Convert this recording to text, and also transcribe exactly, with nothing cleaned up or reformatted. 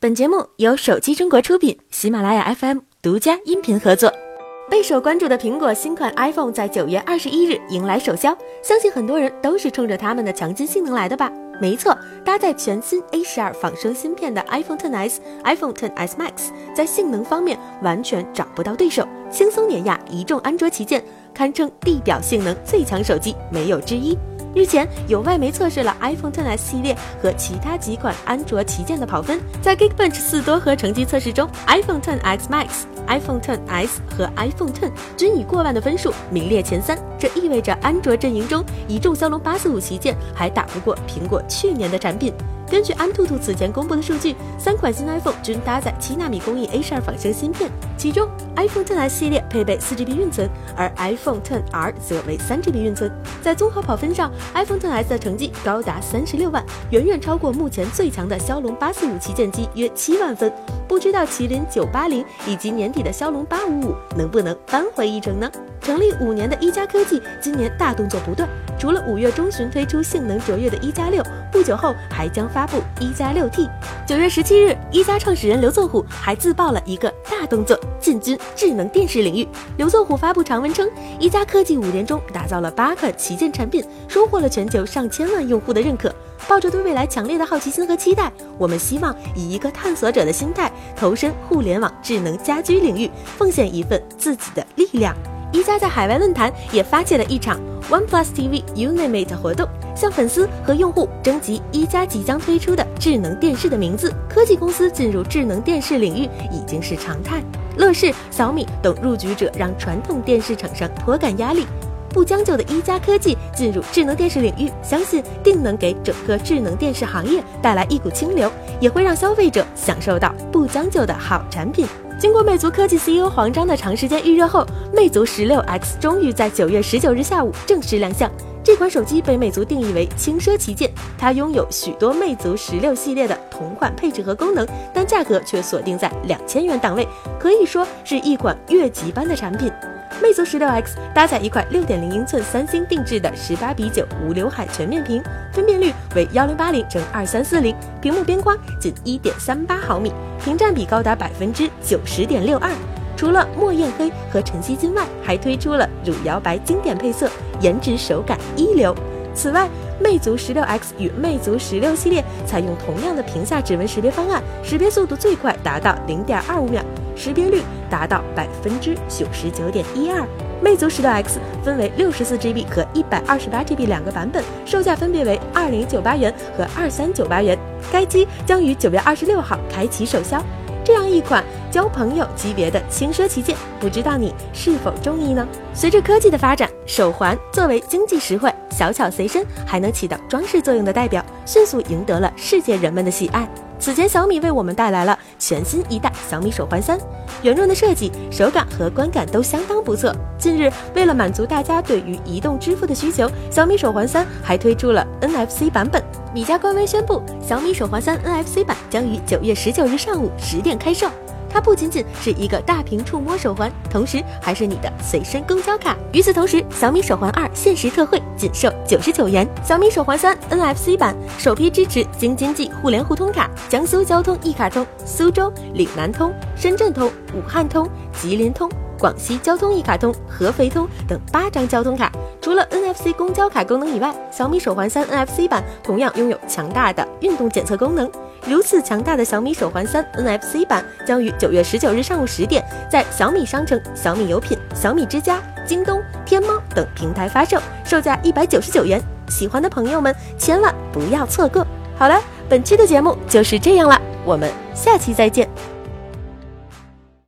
本节目由手机中国出品，喜马拉雅 F M 独家音频合作。备受关注的苹果新款 iPhone 在九月二十一日迎来首销，相信很多人都是冲着他们的强劲性能来的吧？没错，搭载全新 A 十二 仿生芯片的 iPhone X S、iPhone X S Max 在性能方面完全找不到对手，轻松碾压一众安卓旗舰，堪称地表性能最强手机，没有之一。日前，有外媒测试了 iPhone X S 系列和其他几款安卓旗舰的跑分，在 Geekbench 四多核成绩测试中 ，iPhone X S Max、iPhone X S 和 iPhone X 均以过万的分数名列前三。这意味着安卓阵营中一众骁龙八四五旗舰还打不过苹果去年的产品。根据安兔兔此前公布的数据，三款新 iPhone 均搭载七纳米工艺 A 十二 仿生芯片，其中 iPhone X S 系列配备 四 G B 运存，而 iPhone X R 则为 三 G B 运存。在综合跑分上 ，iPhone X S 的成绩高达三十六万，远远超过目前最强的骁龙八四五旗舰机约七万分。不知道麒麟九八零以及年底的骁龙八五五能不能扳回一城呢？成立五年的一加科技今年大动作不断，除了五月中旬推出性能卓越的一加六，不久后还将发布一加六 T。九月十七日，一加创始人刘作虎还自曝了一个大动作，进军智能电视领域。刘作虎发布长文称，一加科技五年中打造了八款旗舰产品，收获了全球上千万用户的认可。抱着对未来强烈的好奇心和期待，我们希望以一个探索者的心态投身互联网智能家居领域，奉献一份自己的力量。一加在海外论坛也发起了一场 OnePlus T V Unimate 活动，向粉丝和用户征集一加即将推出的智能电视的名字。科技公司进入智能电视领域已经是常态，乐视、小米等入局者让传统电视厂商颇感压力。不将就的一加科技进入智能电视领域，相信定能给整个智能电视行业带来一股清流，也会让消费者享受到不将就的好产品。经过魅族科技 C E O 黄章的长时间预热后，魅族 十六 X 终于在九月十九日下午正式亮相。这款手机被魅族定义为轻奢旗舰，它拥有许多魅族十六系列的同款配置和功能，但价格却锁定在两千元档位，可以说是一款越级般的产品。魅族 十六 X 搭载一块 六点零英寸三星定制的十八比九无刘海全面屏，分辨率为一零八零乘二三四零，屏幕边框仅 一点三八毫米，屏占比高达 百分之九十点六二。除了墨艳黑和晨曦金外，还推出了乳摇白经典配色，颜值手感一流。此外，魅族 十六 X 与魅族十六系列采用同样的屏下指纹识别方案，识别速度最快达到 零点二五秒，识别率达到 百分之九十九点一二。魅族 十六 X 分为 六十四 G B 和 一百二十八 G B 两个版本，售价分别为二零九八元和二三九八元。该机将于九月二十六号开启首销。这样一款交朋友级别的轻奢旗舰，不知道你是否中意呢？随着科技的发展，手环作为经济实惠、小巧随身，还能起到装饰作用的代表，迅速赢得了世界人们的喜爱。此前，小米为我们带来了全新一代小米手环三，圆润的设计、手感和观感都相当不错。近日，为了满足大家对于移动支付的需求，小米手环三还推出了 N F C 版本。米家官微宣布，小米手环三 N F C 版将于九月十九日上午十点开售。它不仅仅是一个大屏触摸手环，同时还是你的随身公交卡。与此同时，小米手环二限时特惠，仅售九十九元。小米手环三 N F C 版首批支持京津冀互联互通卡、江苏交通一卡通、苏州、岭南通、深圳通、武汉通、吉林通、广西交通一卡通、合肥通等八张交通卡。除了 N F C 公交卡功能以外，小米手环三 N F C 版同样拥有强大的运动检测功能。如此强大的小米手环三 N F C 版将于九月十九日上午十点在小米商城、小米有品、小米之家、京东、天猫等平台发售，售价一百九十九元。喜欢的朋友们千万不要错过。好了，本期的节目就是这样了，我们下期再见。